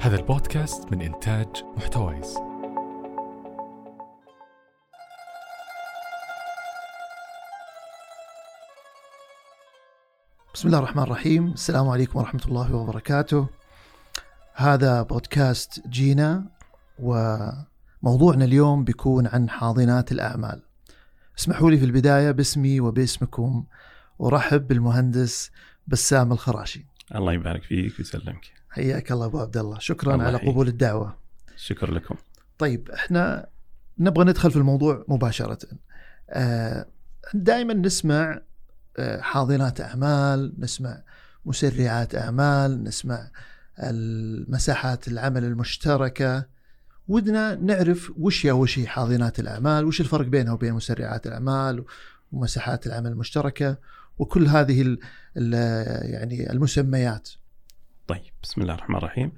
هذا البودكاست من إنتاج محتويس. بسم الله الرحمن الرحيم. السلام عليكم ورحمة الله وبركاته. هذا بودكاست جينا، وموضوعنا اليوم بيكون عن حاضنات الأعمال. اسمحوا لي في البداية باسمي وباسمكم ورحب بالمهندس بسام الخراشي. الله يبارك فيك ويسلمك. حياك الله أبو عبد الله، شكرا على قبول الدعوة. شكر لكم. طيب، احنا نبغى ندخل في الموضوع مباشرة. دائما نسمع حاضنات أعمال، نسمع مسرعات أعمال، نسمع المساحات العمل المشتركة. ودنا نعرف وش هي حاضنات الأعمال، وش الفرق بينها وبين مسرعات الأعمال ومساحات العمل المشتركة وكل هذه يعني المسميات. طيب، بسم الله الرحمن الرحيم.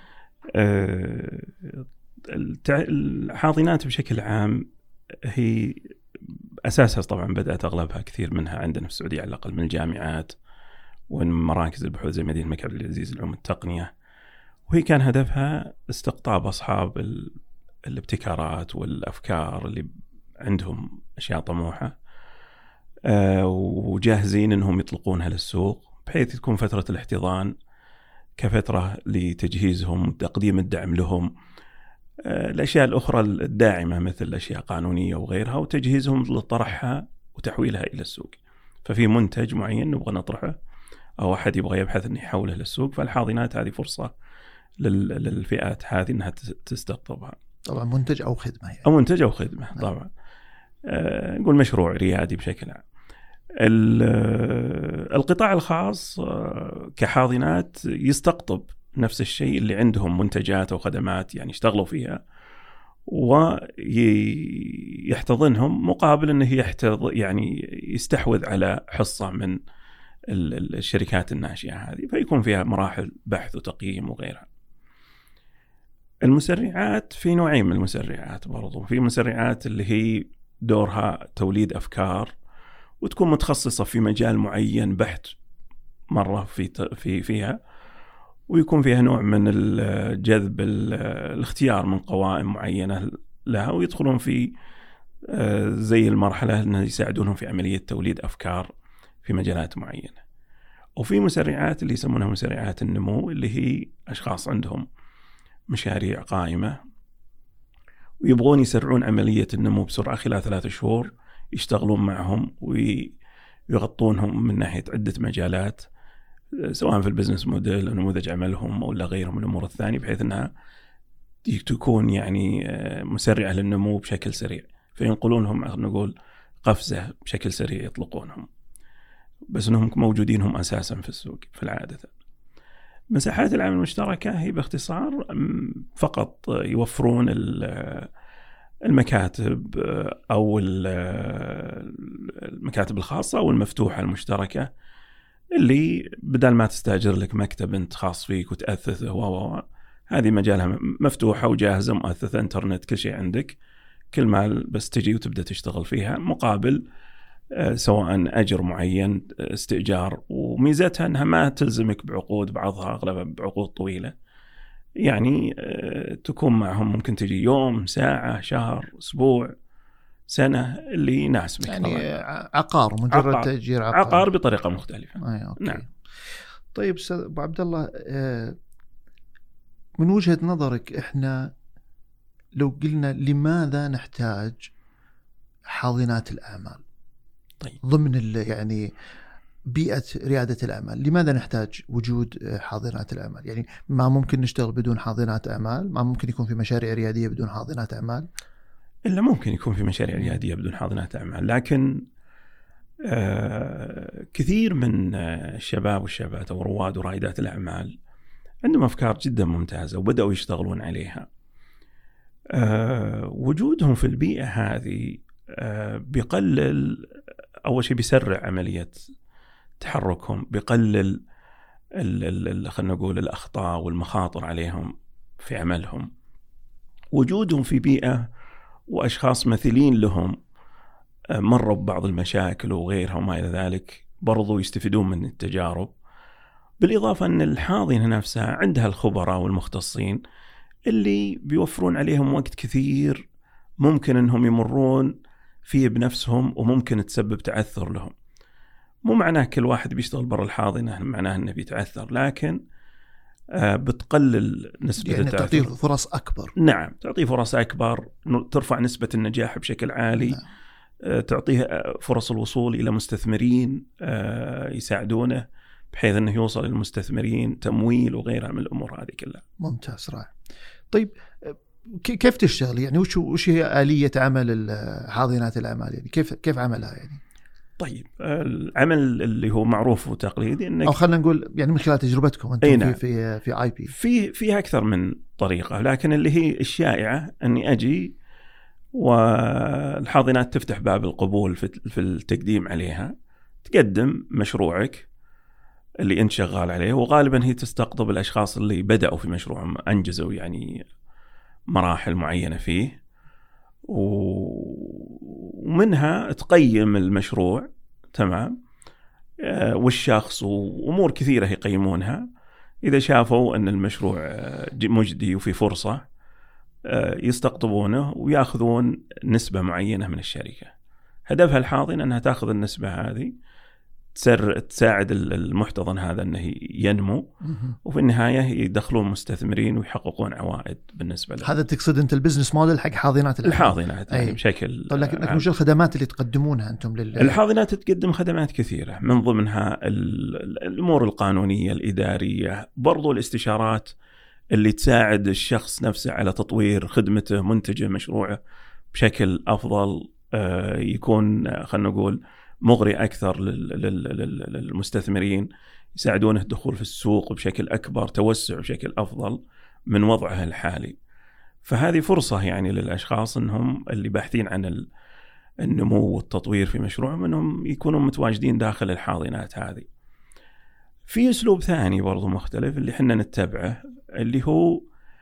الحاضنات بشكل عام هي أساسها طبعا بدأت أغلبها كثير منها عندنا في السعودية على الأقل من الجامعات ومن مراكز البحوث زي مدينة الملك عبد العزيز للعلوم التقنية، وهي كان هدفها استقطاب أصحاب الابتكارات والأفكار اللي عندهم أشياء طموحة وجاهزين أنهم يطلقونها للسوق، بحيث تكون فترة الاحتضان كفترة لتجهيزهم وتقديم الدعم لهم، الأشياء الأخرى الداعمة مثل الأشياء قانونية وغيرها، وتجهيزهم لطرحها وتحويلها إلى السوق. ففي منتج معين نبغى نطرحه أو أحد يبغى يبحث أن يحوله للسوق، فالحاضنات هذه فرصة للفئات هذه أنها تستقطبها. طبعا منتج أو خدمة يعني. أو منتج أو خدمة طبعا. نقول مشروع ريادي بشكل عام. القطاع الخاص كحاضنات يستقطب نفس الشيء اللي عندهم منتجات أو خدمات يعني اشتغلوا فيها، ويحتضنهم مقابل أنه يعني يستحوذ على حصة من الشركات الناشئة هذه، فيكون فيها مراحل بحث وتقييم وغيرها. المسرعات في نوعين من المسرعات برضو. في مسرعات اللي هي دورها توليد أفكار وتكون متخصصة في مجال معين بحث مرة فيها، ويكون فيها نوع من الجذب الاختيار من قوائم معينة لها، ويدخلون في زي المرحلة أنه يساعدونهم في عملية توليد أفكار في مجالات معينة. وفي مسرعات اللي يسمونها مسرعات النمو، اللي هي أشخاص عندهم مشاريع قائمة ويبغون يسرعون عملية النمو بسرعة خلال 3 شهور، يشتغلون معهم ويغطونهم من ناحية عدة مجالات، سواء في البزنس موديل أو نموذج عملهم أو غيرهم من الأمور الثانية، بحيث أنها تكون يعني مسرعة للنمو بشكل سريع، فينقلونهم نقول قفزة بشكل سريع يطلقونهم، بس أنهم موجودين هم أساسا في السوق في العادة. مساحات العمل المشتركة هي باختصار فقط يوفرون المكاتب أو المكاتب الخاصة أو المفتوحة المشتركة، اللي بدل ما تستأجر لك مكتب أنت خاص فيك وتأثثه هذه مجالها مفتوحة وجاهزة، مؤثثة، انترنت، كل شيء عندك، كل ما بس تجي وتبدأ تشتغل فيها مقابل سواء أجر معين استئجار. وميزتها أنها ما تلزمك بعقود، بعضها أغلبها بعقود طويلة، يعني تكون معهم ممكن تجي يوم، ساعة، شهر، أسبوع، سنة، اللي يناسبك. يعني طبعا عقار، مجرد تأجير عقار بطريقة مختلفة. أوكي. نعم. طيب أستاذ أبو عبد الله، من وجهة نظرك إحنا لو قلنا لماذا نحتاج حاضنات الأعمال؟ طيب، ضمن يعني بيئة ريادة الأعمال، لماذا نحتاج وجود حاضنات الأعمال؟ يعني ما ممكن نشتغل بدون حاضنات أعمال؟ ما ممكن يكون في مشاريع ريادية بدون حاضنات أعمال؟ إلا ممكن يكون في مشاريع ريادية بدون حاضنات أعمال، لكن كثير من الشباب والشابات أو رواد ورائدات الأعمال عندهم أفكار جدا ممتازة وبدأوا يشتغلون عليها. وجودهم في البيئة هذه بيقلل، أول شيء بيسرع عملية تحركهم، بيقلل خلنا نقول الأخطاء والمخاطر عليهم في عملهم. وجودهم في بيئة وأشخاص مثيلين لهم مروا ببعض المشاكل وغيرها وما إلى ذلك، برضو يستفيدون من التجارب بالإضافة أن الحاضنة نفسها عندها الخبراء والمختصين اللي بيوفرون عليهم وقت كثير ممكن أنهم يمرون فيه بنفسهم وممكن تسبب تعثر لهم. مو معناه كل واحد بيشتغل برا الحاضنة معناه أنه بيتعثر، لكن بتقلل نسبة يعني التعثر. تعطيه فرص أكبر. نعم، تعطيه فرص أكبر، ترفع نسبة النجاح بشكل عالي. نعم. تعطيه فرص الوصول إلى مستثمرين يساعدونه بحيث أنه يوصل للمستثمرين تمويل وغيرها من الأمور هذه كلها. ممتاز، رائع. طيب كيف تشتغل يعني؟ وش هي آلية عمل حاضنات الأعمال يعني؟ كيف عملها يعني؟ طيب العمل اللي هو معروف وتقليدي انك او خلينا نقول يعني من خلال تجربتكم انتم نعم. في اي بي فيها اكثر من طريقه، لكن اللي هي الشائعه اني اجي والحاضنات تفتح باب القبول في التقديم عليها، تقدم مشروعك اللي انت شغال عليه، وغالبا هي تستقطب الاشخاص اللي بداوا في مشروعهم انجزوا يعني مراحل معينه فيه، ومنها تقيم المشروع تمام والشخص وأمور كثيرة يقيمونها. إذا شافوا أن المشروع مجدي وفي فرصة يستقطبونه ويأخذون نسبة معينة من الشركة. هدفها الحاضن أنها تأخذ النسبة هذه تساعد المحتضن هذا أنه ينمو، وفي النهاية يدخلون مستثمرين ويحققون عوائد بالنسبة له. هذا تقصد أنت البزنس موديل حق حاضنات الحاضنات يعني بشكل. طيب لكن وش الخدمات اللي تقدمونها أنتم الحاضنات تقدم خدمات كثيرة، من ضمنها الأمور القانونية الإدارية، برضو الاستشارات اللي تساعد الشخص نفسه على تطوير خدمته منتجه مشروعه بشكل أفضل، يكون خلنا نقول مغري أكثر للمستثمرين، يساعدونه الدخول في السوق بشكل أكبر، توسع بشكل أفضل من وضعه الحالي. فهذه فرصة يعني للأشخاص أنهم اللي باحثين عن النمو والتطوير في مشروعهم أنهم يكونوا متواجدين داخل الحاضنات هذه. في أسلوب ثاني برضو مختلف اللي حنا نتبعه، اللي هو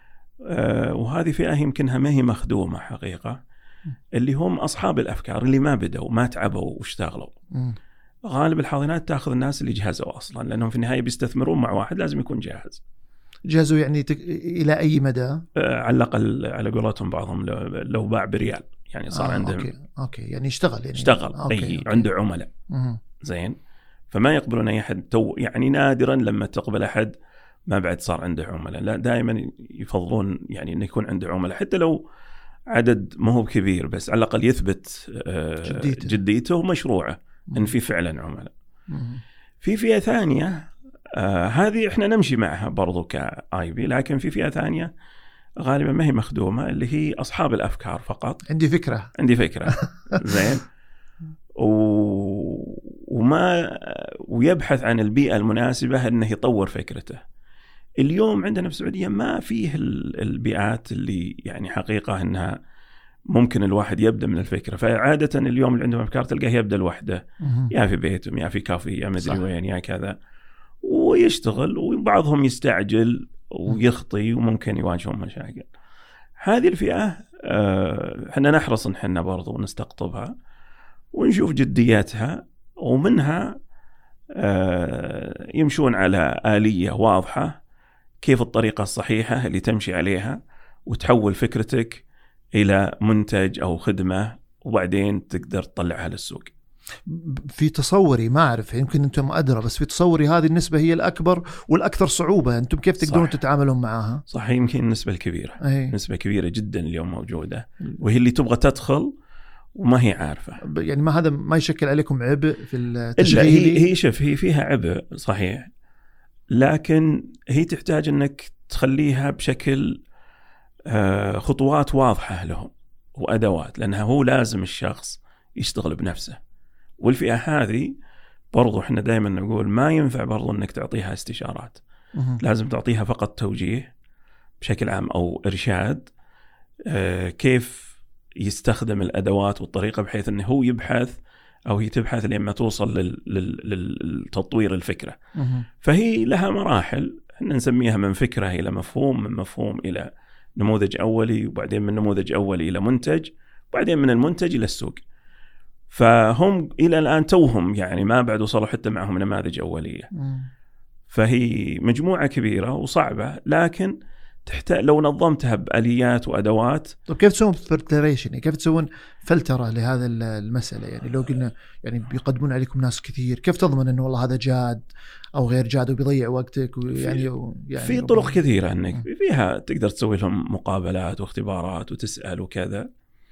وهذه فئة يمكنها ما هي مخدومة حقيقة، اللي هم أصحاب الأفكار اللي ما بدوا ما تعبوا واشتغلوا. غالب الحاضنات تأخذ الناس اللي جهزوا أصلا، لأنهم في النهاية بيستثمرون مع واحد لازم يكون جاهز. جهزوا يعني إلى أي مدى؟ على الأقل على قولتهم بعضهم لو باع بريال يعني صار عندهم أوكي يعني اشتغل أوكي. عنده عملاء زين، فما يقبلون أي أحد يعني نادرا لما تقبل أحد ما بعد صار عنده عملاء، لا دائما يفضلون يعني إنه يكون عنده عملاء، حتى لو عدد ما هو كبير، بس على الأقل يثبت جديته ومشروعه إن في فعلا عملاء. في فئة ثانية هذه إحنا نمشي معها برضو كآي بي، لكن في فئة ثانية غالبا ما هي مخدومة، اللي هي أصحاب الأفكار فقط. عندي فكرة زين ويبحث عن البيئة المناسبة إنه يطور فكرته. اليوم عندنا في السعودية ما فيه البيئات اللي يعني حقيقة إنها ممكن الواحد يبدأ من الفكرة. فعادة اليوم اللي عندهم أفكار تلقاه يبدأ لوحده، يا في بيتهم يا في كافي يا مدري وين يا كذا، ويشتغل، وبعضهم يستعجل ويخطي وممكن يواجههم مشاكل. هذه الفئة احنا نحرص ان احنا برضو نستقطبها ونشوف جدياتها، ومنها يمشون على آلية واضحة كيف الطريقة الصحيحة اللي تمشي عليها وتحول فكرتك إلى منتج أو خدمة، وبعدين تقدر تطلعها للسوق. في تصوري ما أعرف يمكن أنتم أدرى، بس في تصوري هذه النسبة هي الأكبر والأكثر صعوبة. أنتم كيف تقدرون تتعاملون معها؟ صح، يمكن النسبة الكبيرة نسبة كبيرة جدا اليوم موجودة، وهي اللي تبغى تدخل وما هي عارفة. يعني ما هذا ما يشكل عليكم عبء في التشغيل؟ هي شوف، هي فيها عبء صحيح، لكن هي تحتاج أنك تخليها بشكل خطوات واضحة لهم وأدوات، لأنها هو لازم الشخص يشتغل بنفسه. والفئة هذه برضو احنا دائما نقول ما ينفع برضو أنك تعطيها استشارات، لازم تعطيها فقط توجيه بشكل عام أو إرشاد كيف يستخدم الأدوات والطريقة، بحيث أنه هو يبحث أو هي تبحث لما توصل للتطوير الفكرة. فهي لها مراحل، احنا نسميها من فكرة إلى مفهوم، من مفهوم إلى نموذج أولي، وبعدين من نموذج أولي إلى منتج، وبعدين من المنتج إلى السوق. فهم إلى الآن توهم يعني ما بعد وصلوا حتى معهم نماذج أولية. فهي مجموعة كبيرة وصعبة، لكن تحتاج لو نظمتها بآليات وأدوات. طيب كيف تسوون فلتريشن؟ يعني كيف تسوون فلترة لهذا المسألة؟ يعني لو قلنا يعني بيقدمون عليكم ناس كثير، كيف تضمن إنه والله هذا جاد أو غير جاد وبيضيع وقتك؟ ويعني في طرق كثيرة إنك فيها تقدر تسوي لهم مقابلات واختبارات وتسأل وكذا.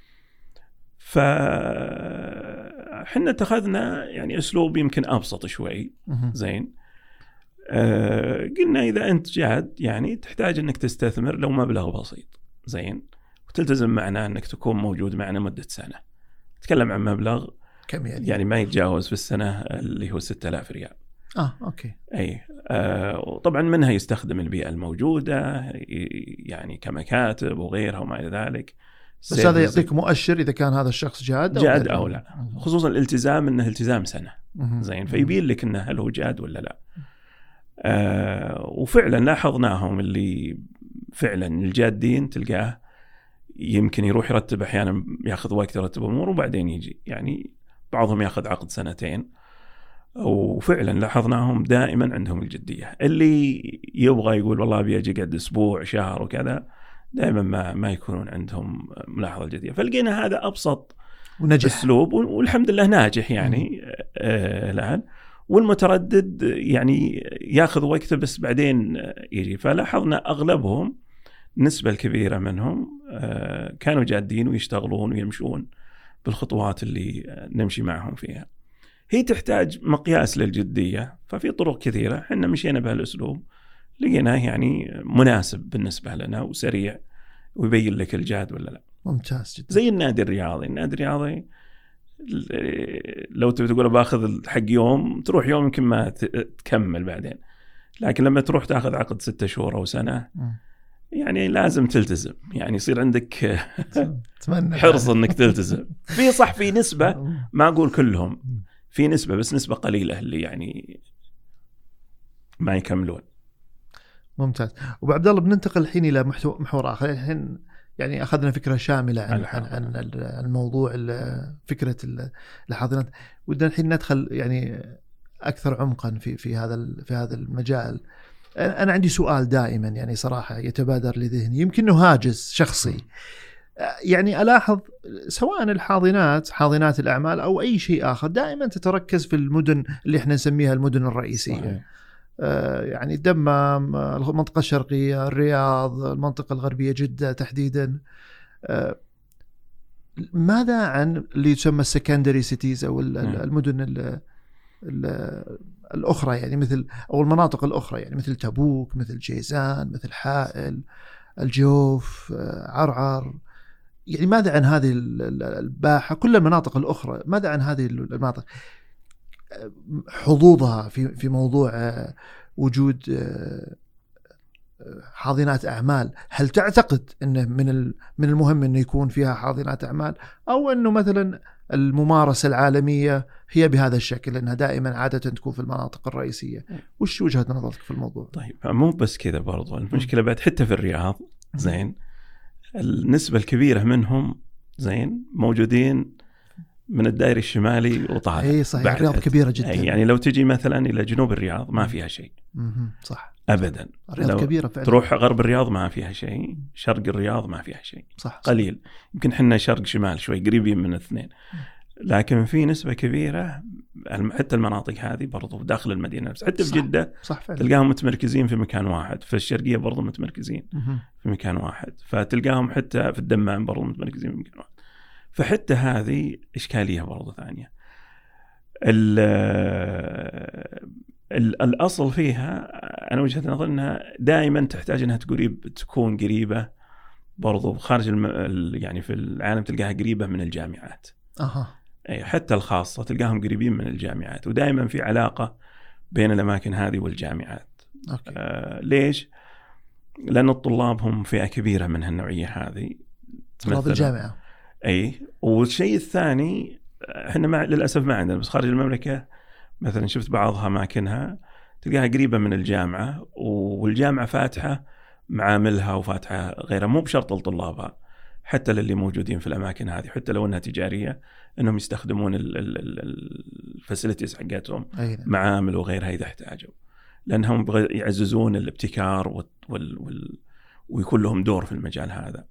فحنا اتخذنا يعني أسلوب يمكن أبسط شوي. زين. قلنا إذا أنت جاد يعني تحتاج أنك تستثمر لو مبلغ بسيط. زين. وتلتزم معنا أنك تكون موجود معنا مدة سنة. تكلم عن مبلغ كم يعني ما يتجاوز في السنة اللي هو 6000 ريال. أوكي. أي. وطبعا منها يستخدم البيئة الموجودة يعني كمكاتب وغيرها وما إلى ذلك. بس هذا يعطيك مؤشر إذا كان هذا الشخص جاد أو لا. خصوصا الالتزام أنه التزام سنة. زين. فيبين لك أنه هل هو جاد ولا لا. وفعلا لاحظناهم اللي فعلا الجادين تلقاه يمكن يروح يرتب أحيانا ياخذ وقت يرتب أمور وبعدين يجي. يعني بعضهم ياخذ عقد 2 وفعلا لاحظناهم دائما عندهم الجدية. اللي يبغى يقول والله بيجي قد أسبوع شهر وكذا دائما ما يكونون عندهم ملاحظة الجدية. فلقينا هذا أبسط ونجح أسلوب والحمد لله ناجح يعني الآن. والمتردد يعني ياخذ وقته بس بعدين يجي. فلاحظنا أغلبهم النسبة الكبيرة منهم كانوا جادين ويشتغلون ويمشون بالخطوات اللي نمشي معهم فيها. هي تحتاج مقياس للجدية. ففي طرق كثيرة حنا مشينا بهالأسلوب لقيناه يعني مناسب بالنسبة لنا وسريع ويبين لك الجاد ولا لا. ممتاز جدا. زي النادي الرياضي لو تقول باخذ الحق يوم تروح يوم يمكن ما تكمل بعدين. لكن لما تروح تاخذ عقد 6 شهور أو سنة يعني لازم تلتزم. يعني يصير عندك حرص انك تلتزم. في صح في نسبة ما أقول كلهم، في نسبة بس نسبة قليلة اللي يعني ما يكملون. ممتاز. وأبو عبد الله بننتقل الحين إلى محور آخر. الحين يعني أخذنا فكرة شاملة عن الموضوع فكرة الحاضنات. ودنا الحين ندخل يعني أكثر عمقا في هذا المجال. أنا عندي سؤال دائما يعني صراحة يتبادر لذهني، يمكنه هاجس شخصي. يعني ألاحظ سواء حاضنات الأعمال أو أي شيء آخر دائما تتركز في المدن اللي احنا نسميها المدن الرئيسية. يعني الدمام، المنطقة الشرقية، الرياض، المنطقة الغربية، جدة تحديدا. ماذا عن اللي يسمى السكندري سيتيز أو المدن الأخرى يعني مثل أو المناطق الأخرى يعني مثل تبوك، مثل جيزان، مثل حائل، الجوف، عرعر. يعني ماذا عن هذه الباحة؟ كل المناطق الأخرى ماذا عن هذه المناطق؟ حظوظها في موضوع وجود حاضنات أعمال. هل تعتقد أنه من المهم أنه يكون فيها حاضنات أعمال، أو أنه مثلا الممارسة العالمية هي بهذا الشكل أنها دائما عادة تكون في المناطق الرئيسية؟ وش وجهة نظرك في الموضوع؟ طيب مو بس كذا برضو المشكلة بعد حتى في الرياض. زين. النسبة الكبيرة منهم زين موجودين من الدائري الشمالي وطالع. اي صحيح. الرياض كبيرة جدا. يعني لو تجي مثلا إلى جنوب الرياض ما فيها شيء. صح. أبدا. الرياض كبيرة فعلا. تروح غرب الرياض ما فيها شيء، شرق الرياض ما فيها شيء. صح. قليل. يمكن حنا شرق شمال شوي قريبين من الاثنين. لكن في نسبة كبيرة حتى المناطق هذه برضو داخل المدينة نفسها. حتى في جدة تلقاهم متمركزين في مكان واحد. في الشرقية برضو متمركزين في مكان واحد. فتلقاهم حتى في الدمام برضو متمركزين في مكان واحد. فحتى هذه إشكالية برضو ثانية. الأصل فيها أنا وجهة نظري أنها دائما تحتاج أنها تكون قريبة برضو خارج يعني في العالم تلقاها قريبة من الجامعات. حتى الخاصة تلقاهم قريبين من الجامعات. ودائما في علاقة بين الأماكن هذه والجامعات. ليش؟ لأن الطلاب هم فئة كبيرة من هالنوعية هذه. طلاب الجامعة. والشيء الثاني احنا للأسف ما عندنا، بس خارج المملكة مثلا شفت بعضها أماكنها تلقاها قريبة من الجامعة، والجامعة فاتحة معاملها وفاتحة غيرها، مو بشرط لطلابها، حتى للي موجودين في الأماكن هذه، حتى لو أنها تجارية، أنهم يستخدمون الفاسيلتيز حقتهم، معامل وغيرها إذا احتاجوا. لأنهم يعززون الابتكار ويكون لهم دور في المجال هذا.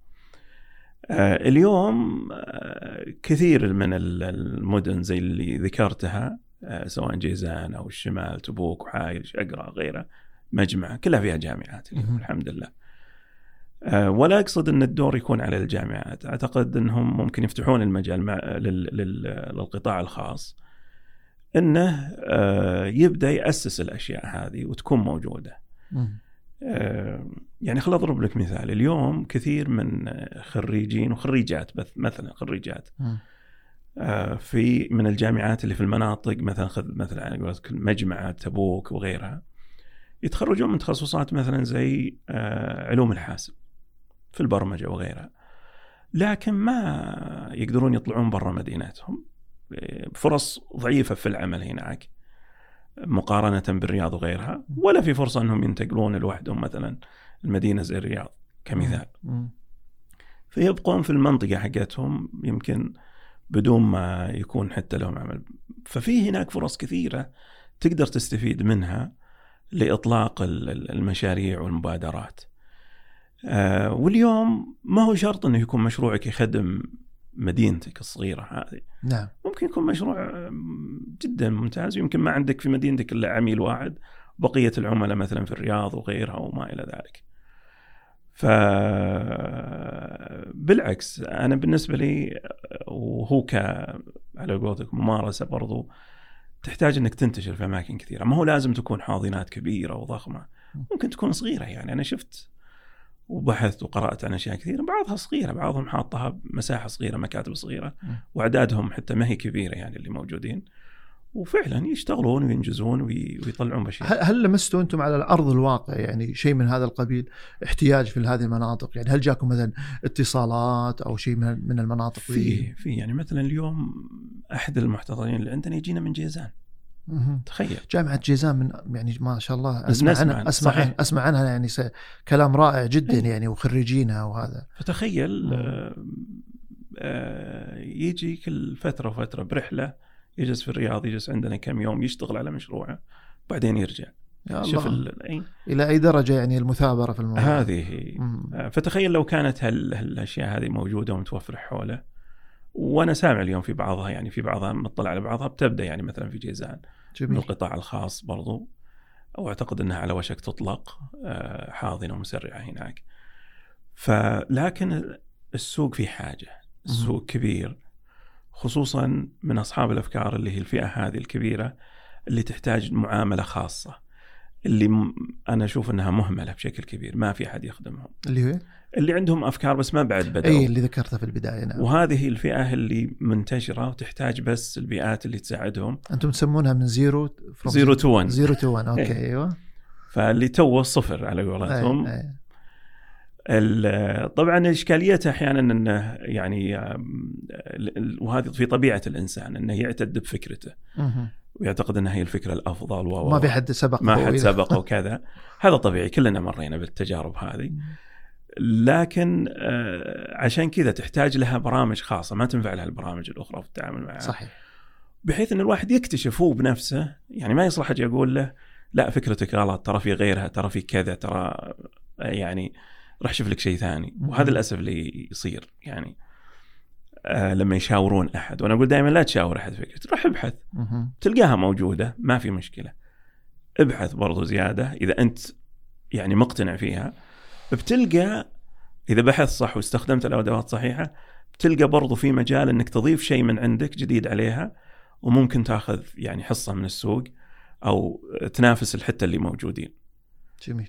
اليوم كثير من المدن زي اللي ذكرتها، سواء جيزان أو الشمال، تبوك وحائل، شقرة، غيرها، مجمع، كلها فيها جامعات اليوم الحمد لله. ولا أقصد أن الدور يكون على الجامعات، أعتقد أنهم ممكن يفتحون المجال للقطاع الخاص أنه يبدأ يأسس الأشياء هذه وتكون موجودة. يعني خل أضرب لك مثال. اليوم كثير من خريجين وخريجات، مثلا خريجات في من الجامعات اللي في المناطق، مثلا خذ مثلا مجمع تبوك وغيرها، يتخرجون من تخصصات مثلا زي علوم الحاسب في البرمجة وغيرها، لكن ما يقدرون يطلعون برا مدينتهم، فرص ضعيفة في العمل هناك مقارنة بالرياض وغيرها، ولا في فرصة أنهم ينتقلون لوحدهم مثلا المدينة زي الرياض كمثال، فيبقون في المنطقة حقتهم يمكن بدون ما يكون حتى لهم عمل. ففي هناك فرص كثيرة تقدر تستفيد منها لإطلاق المشاريع والمبادرات. واليوم ما هو شرط أنه يكون مشروعك يخدم مدينتك الصغيرة هذه. نعم. ممكن يكون مشروع جدا ممتاز، يمكن ما عندك في مدينتك إلا عميل واحد، بقية العملاء مثلا في الرياض وغيرها وما إلى ذلك. فبالعكس أنا بالنسبة لي، وهو على قولتك ممارسة برضو، تحتاج أنك تنتشر في أماكن كثيرة. ما هو لازم تكون حاضنات كبيرة وضخمة، ممكن تكون صغيرة. يعني أنا شفت وبحثت وقرأت عن أشياء كثيرة، بعضها صغيرة، بعضهم حاطها مساحة صغيرة، مكاتب صغيرة، وأعدادهم حتى ما هي كبيرة يعني اللي موجودين، وفعلا يشتغلون وينجزون ويطلعون بشيء. هل لمستوا أنتم على الأرض الواقع يعني شيء من هذا القبيل، احتياج في هذه المناطق؟ يعني هل جاكم مثلا اتصالات أو شيء من المناطق؟ في يعني مثلا اليوم أحد المحتضنين اللي عندنا يجينا من جيزان. تخيل جامعة جيزان، من يعني ما شاء الله أسمع عنها يعني كلام رائع جدا يعني، وخريجينها وهذا. فتخيل يجي كل فترة وفترة برحلة، يجلس في الرياض، يجلس عندنا كم يوم، يشتغل على مشروعه، بعدين يرجع. شوف إلى أي درجة يعني المثابرة في الموضوع هذه. فتخيل لو كانت هالأشياء هذه موجودة ومتوفرة حوله. وأنا سامع اليوم في بعضها، يعني في بعضها مطلع على بعضها بتبدأ، يعني مثلا في جيزان من القطاع الخاص برضو، أو أعتقد أنها على وشك تطلق حاضنة ومسرعة هناك. لكن السوق في حاجة، السوق كبير، خصوصا من أصحاب الأفكار اللي هي الفئة هذه الكبيرة اللي تحتاج معاملة خاصة، اللي أنا أشوف أنها مهملة بشكل كبير، ما في أحد يخدمهم، اللي عندهم أفكار بس ما بعد بدأوا. أي اللي ذكرتها في البداية. نعم. وهذه الفئة اللي منتشرة وتحتاج بس البيئات اللي تساعدهم. أنتم تسمونها من 0 to 1. 0 to 1. أوكي. أيوة. فاللي توه الصفر على قولتهم. طبعا إشكاليتها أحيانا أنه يعني وهذه في طبيعة الإنسان أنه يعتد بفكرته ويعتقد أنها هي الفكرة الأفضل، ما في حد سبق، ما حد سبق وكذا. هذا طبيعي، كلنا مرينا بالتجارب هذه. لكن عشان كذا تحتاج لها برامج خاصة، ما تنفع لها البرامج الأخرى في التعامل معها. صحيح. بحيث أن الواحد يكتشف هو بنفسه، يعني ما يصلح أجي أقول له لا فكرتك غلط، ترى في غيرها، ترى في كذا، ترى يعني راح شوف لك شيء ثاني. وهذا الأسف اللي يصير يعني لما يشاورون أحد. وأنا أقول دائما لا تشاور أحد فكرة، روح ابحث، تلقاها موجودة، ما في مشكلة. ابحث برضو زيادة إذا أنت يعني مقتنع فيها، بتلقى إذا بحث صح واستخدمت الأدوات صحيحة، بتلقى برضو في مجال أنك تضيف شيء من عندك جديد عليها، وممكن تأخذ يعني حصة من السوق أو تنافس الحتة اللي موجودين. جميل.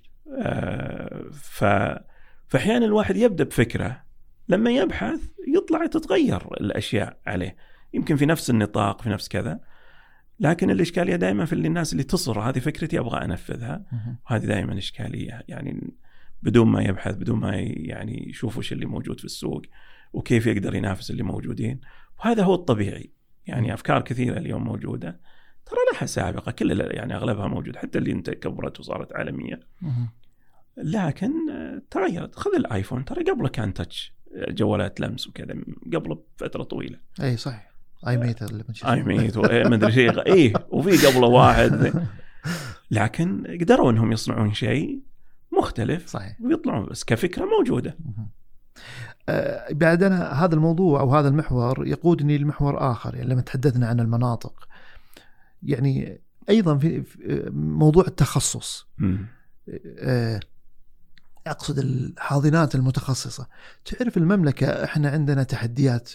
فأحيانا الواحد يبدأ بفكرة، لما يبحث يطلع تتغير الأشياء عليه، يمكن في نفس النطاق في نفس كذا، لكن الإشكالية دائما في الناس اللي تصر هذه فكرتي أبغى أنفذها. وهذه دائما إشكالية، يعني بدون ما يبحث، بدون ما يعني يشوف وش اللي موجود في السوق وكيف يقدر ينافس اللي موجودين. وهذا هو الطبيعي. يعني أفكار كثيرة اليوم موجودة ترى لها سابقة، كل يعني أغلبها موجود، حتى اللي انت كبرت وصارت عالمية، لكن تغيرت. خذ الآيفون، ترى قبله كان تاتش، جوالات لمس وكذا، قبله بفترة طويلة. أي صحيح. آي ميت اللي ما أدري شيء. إيه، وفي قبله واحد لكن قدروا أنهم يصنعون شيء مختلف صحيح. ويطلعون بس كفكرة موجودة. بعد أنا هذا الموضوع أو هذا المحور يقودني لمحور آخر. يعني لما تحدثنا عن المناطق، يعني أيضا في موضوع التخصص. أقصد الحاضنات المتخصصة. تعرف المملكة إحنا عندنا تحديات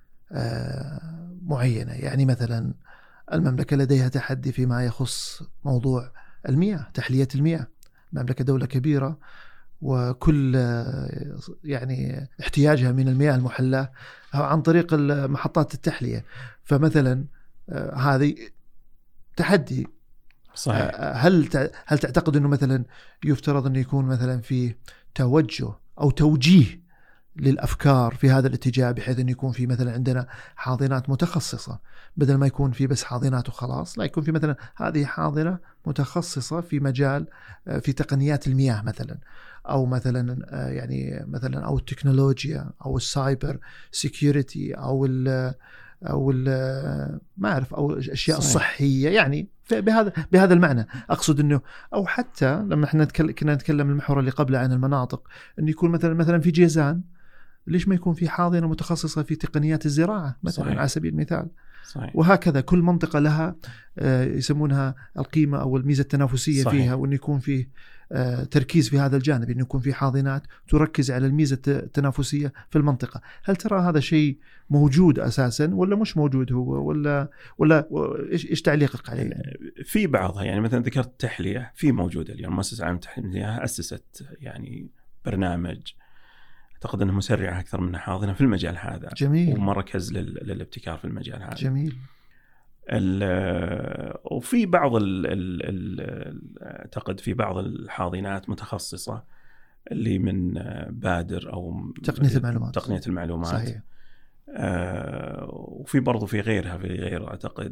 معينة. يعني مثلا المملكة لديها تحدي فيما يخص موضوع المياه، تحلية المياه. المملكة دولة كبيرة، وكل يعني احتياجها من المياه المحلاة عن طريق محطات التحلية. فمثلا هذه تحدي. صحيح. هل تعتقد أنه مثلا يفترض أن يكون مثلا في توجه أو توجيه للأفكار في هذا الاتجاه، بحيث أن يكون في مثلا عندنا حاضنات متخصصة، بدل ما يكون في بس حاضنات وخلاص، لا يكون في مثلا هذه حاضنة متخصصة في مجال في تقنيات المياه مثلا، أو مثلا يعني مثلا أو التكنولوجيا أو السايبر سيكيورتي أو ما أعرف أو الأشياء الصحية. يعني بهذا المعنى أقصد أنه، أو حتى لما احنا كنا نتكلم المحور اللي قبله عن المناطق، أن يكون مثلا في جيزان ليش ما يكون في حاضنة متخصصة في تقنيات الزراعة مثلا. صحيح. على سبيل المثال. صحيح. وهكذا كل منطقة لها يسمونها القيمة أو الميزة التنافسية. صحيح. فيها، وأن يكون فيه تركيز في هذا الجانب، أن يكون في حاضنات تركز على الميزة التنافسية في المنطقة. هل ترى هذا شيء موجود أساسا ولا مش موجود هو، ولا إيش تعليقك عليه؟ في بعضها. يعني مثلا ذكرت التحلية، في موجودة اليوم مؤسسة عامة التحلية أسست يعني برنامج أعتقد أنه مسرعة أكثر من حاضنة في المجال هذا. جميل. ومركز للابتكار في المجال هذا. جميل. وفي بعض أعتقد في بعض الحاضنات متخصصة اللي من بادر أو تقنية المعلومات. صحيح. وفي برضو في غير أعتقد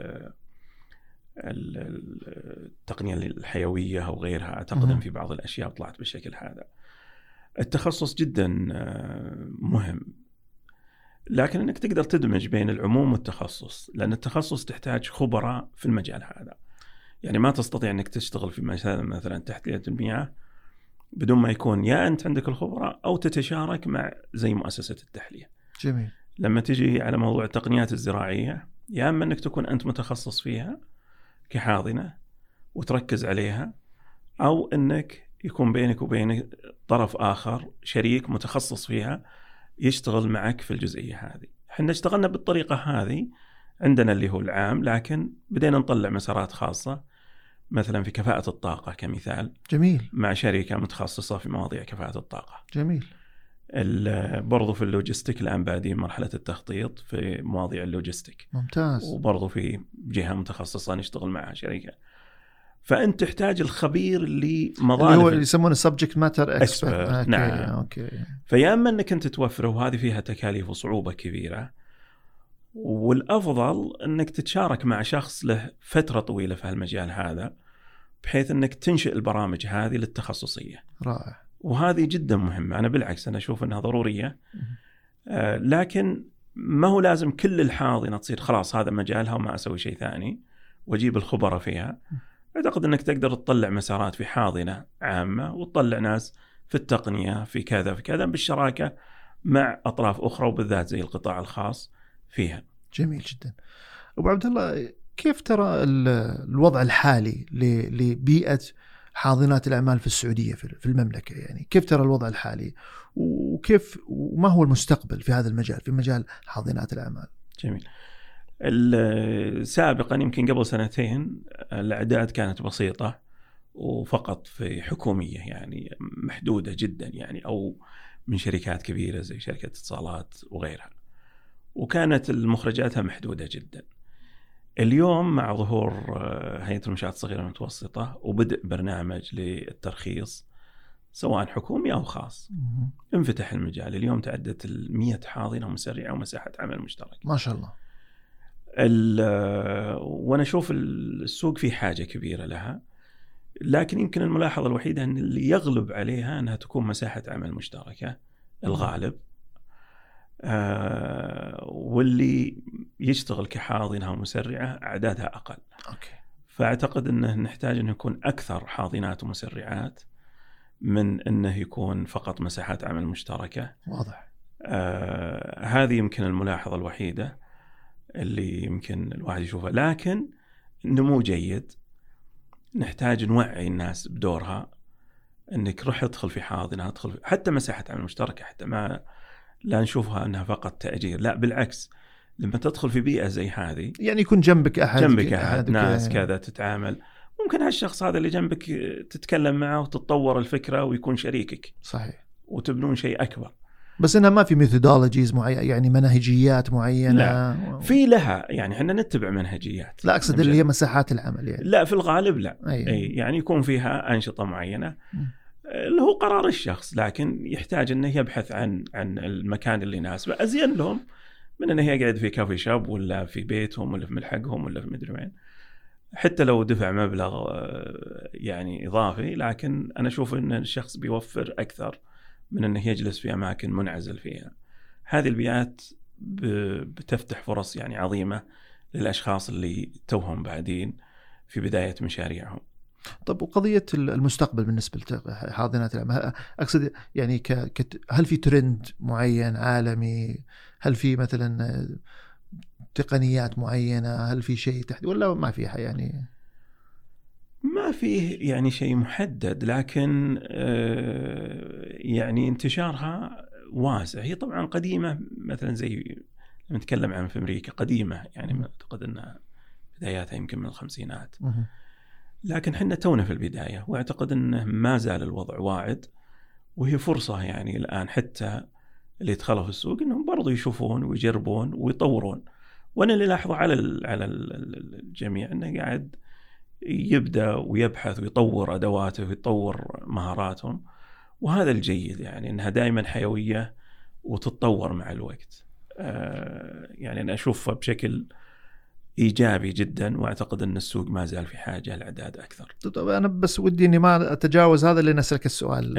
التقنية الحيوية أو غيرها. أعتقد أن في بعض الأشياء طلعت بالشكل هذا. التخصص جدا مهم، لكن أنك تقدر تدمج بين العموم والتخصص، لأن التخصص تحتاج خبراء في المجال هذا. يعني ما تستطيع أنك تشتغل في مثلا تحلية المياه بدون ما يكون يا أنت عندك الخبراء أو تتشارك مع زي مؤسسة التحلية. جميل. لما تجي على موضوع التقنيات الزراعية، يا أما أنك تكون أنت متخصص فيها كحاضنة وتركز عليها، أو أنك يكون بينك وبين طرف آخر شريك متخصص فيها يشتغل معك في الجزئية هذه. احنا اشتغلنا بالطريقة هذه عندنا اللي هو العام، لكن بدينا نطلع مسارات خاصة مثلا في كفاءة الطاقة كمثال. جميل. مع شركة متخصصة في مواضيع كفاءة الطاقة. جميل. برضو في اللوجستيك الآن بادين مرحلة التخطيط في مواضيع اللوجستيك. ممتاز. وبرضو في جهة متخصصة نشتغل معها شركة. فأنت تحتاج الخبير اللي مظاهر اللي هو يسمونه subject matter expert. نعم. أوكي. فيا أما أنك أنت توفره، وهذه فيها تكاليف وصعوبة كبيرة، والأفضل أنك تتشارك مع شخص له فترة طويلة في هالمجال هذا، بحيث أنك تنشئ البرامج هذه للتخصصية. رائع. وهذه جدا مهمة. أنا بالعكس أنا أشوف أنها ضرورية. لكن ما هو لازم كل الحاضنة تصير خلاص هذا مجالها وما أسوي شيء ثاني وأجيب الخبراء فيها. أعتقد أنك تقدر تطلع مسارات في حاضنة عامة، وتطلع ناس في التقنية في كذا بالشراكة مع أطراف أخرى، وبالذات زي القطاع الخاص فيها. جميل جدا. أبو عبد الله، كيف ترى الوضع الحالي لبيئة حاضنات الأعمال في السعودية في المملكة؟ يعني كيف ترى الوضع الحالي، وما هو المستقبل في هذا المجال، في مجال حاضنات الأعمال؟ جميل. سابقا يمكن قبل 2 الأعداد كانت بسيطة وفقط في حكومية، يعني محدودة جدا، يعني أو من شركات كبيرة زي شركة اتصالات وغيرها، وكانت المخرجاتها محدودة جدا. اليوم مع ظهور هيئة المنشآت الصغيرة والمتوسطة وبدء برنامج للترخيص سواء حكومي أو خاص، انفتح المجال. اليوم تعدت 100 حاضنة مسرعة ومساحة عمل مشترك. ما شاء الله. وأنا أشوف السوق فيه حاجة كبيرة لها، لكن يمكن الملاحظة الوحيدة أن اللي يغلب عليها أنها تكون مساحة عمل مشتركة الغالب، واللي يشتغل كحاضنة ومسرعة أعدادها أقل. أوكي. فأعتقد أنه نحتاج أنه يكون أكثر حاضنات ومسرعات من أنه يكون فقط مساحات عمل مشتركة. واضح. هذه يمكن الملاحظة الوحيدة اللي يمكن الواحد يشوفها، لكن نمو جيد. نحتاج نوعي الناس بدورها، أنك روح ادخل في حاضنة، ادخل في حتى مساحة عمل مشتركة، حتى ما لا نشوفها أنها فقط تأجير، لا بالعكس، لما تدخل في بيئة زي هذه يعني يكون جنبك أحد ناس كذا تتعامل، ممكن هالشخص هذا اللي جنبك تتكلم معه وتتطور الفكرة ويكون شريكك. صحيح. وتبنون شيء أكبر. بس إنها ما في ميثودولوجيز معينة، يعني منهجيات معينة. لا في لها، يعني احنا نتبع منهجيات. لا أقصد اللي هي مساحات العمل يعني. لا في الغالب لا. أي يعني يكون فيها أنشطة معينة اللي هو قرار الشخص، لكن يحتاج انه يبحث عن المكان اللي يناسبه. ازين لهم من انه يقعد في كافي شاب ولا في بيتهم ولا في ملحقهم ولا في مدري وين، حتى لو دفع مبلغ يعني اضافي، لكن انا اشوف ان الشخص بيوفر اكثر من انه يجلس في اماكن منعزل فيها. هذه البيئات بتفتح فرص يعني عظيمة للاشخاص اللي توهم بعدين في بداية مشاريعهم. طب وقضية المستقبل بالنسبة لحاضنات العمل، أقصد يعني هل في ترند معين عالمي؟ هل في مثلا تقنيات معينة؟ هل في شيء تحديد ولا ما فيها؟ يعني ما فيه يعني شيء محدد، لكن يعني انتشارها واسع. هي طبعا قديمة، مثلا زي نتكلم عن في أمريكا قديمة، يعني أعتقد أنها بداياتها يمكن من الخمسينات. لكن حنا تونا في البداية، واعتقد أنه ما زال الوضع واعد، وهي فرصة يعني الآن حتى اللي يدخلوا في السوق أنهم برضو يشوفون ويجربون ويطورون. وأنا اللي لاحظه على الجميع أنه قاعد يبدأ ويبحث ويطور أدواته ويطور مهاراتهم، وهذا الجيد، يعني أنها دائما حيوية وتتطور مع الوقت. يعني أنا أشوفها بشكل إيجابي جدا، وأعتقد أن السوق ما زال في حاجة لأعداد أكثر. طب أنا بس ودي إني ما أتجاوز هذا اللي نسألك السؤال.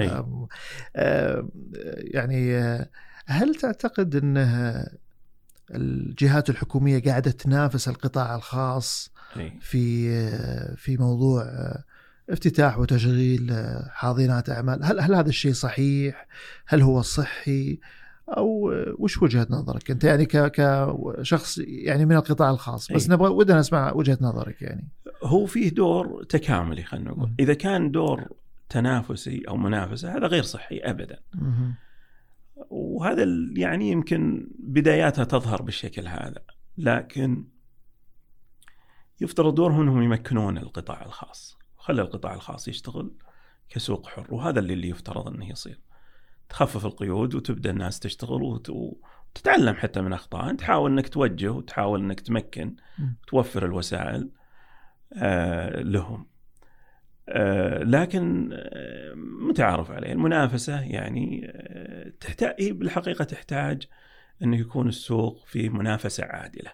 يعني هل تعتقد أن الجهات الحكومية قاعدة تنافس القطاع الخاص في موضوع افتتاح وتشغيل حاضنات أعمال؟ هل هذا الشيء صحيح؟ هل هو صحي؟ أو وش وجهة نظرك أنت يعني كشخص يعني من القطاع الخاص؟ بس ودنا نسمع وجهة نظرك. يعني هو فيه دور تكاملي، خلينا نقول. إذا كان دور تنافسي أو منافسة، هذا غير صحي أبدا. وهذا يعني يمكن بداياتها تظهر بالشكل هذا، لكن يفترض دورهم أنهم يمكنون القطاع الخاص، وخلي القطاع الخاص يشتغل كسوق حر. وهذا اللي يفترض أنه يصير. تخفف القيود وتبدأ الناس تشتغل وتتعلم حتى من أخطاء، تحاول أنك توجه وتحاول أنك تمكن، توفر الوسائل لهم. لكن متعارف عليه المنافسة، يعني هي بالحقيقة تحتاج أنه يكون السوق فيه منافسة عادلة.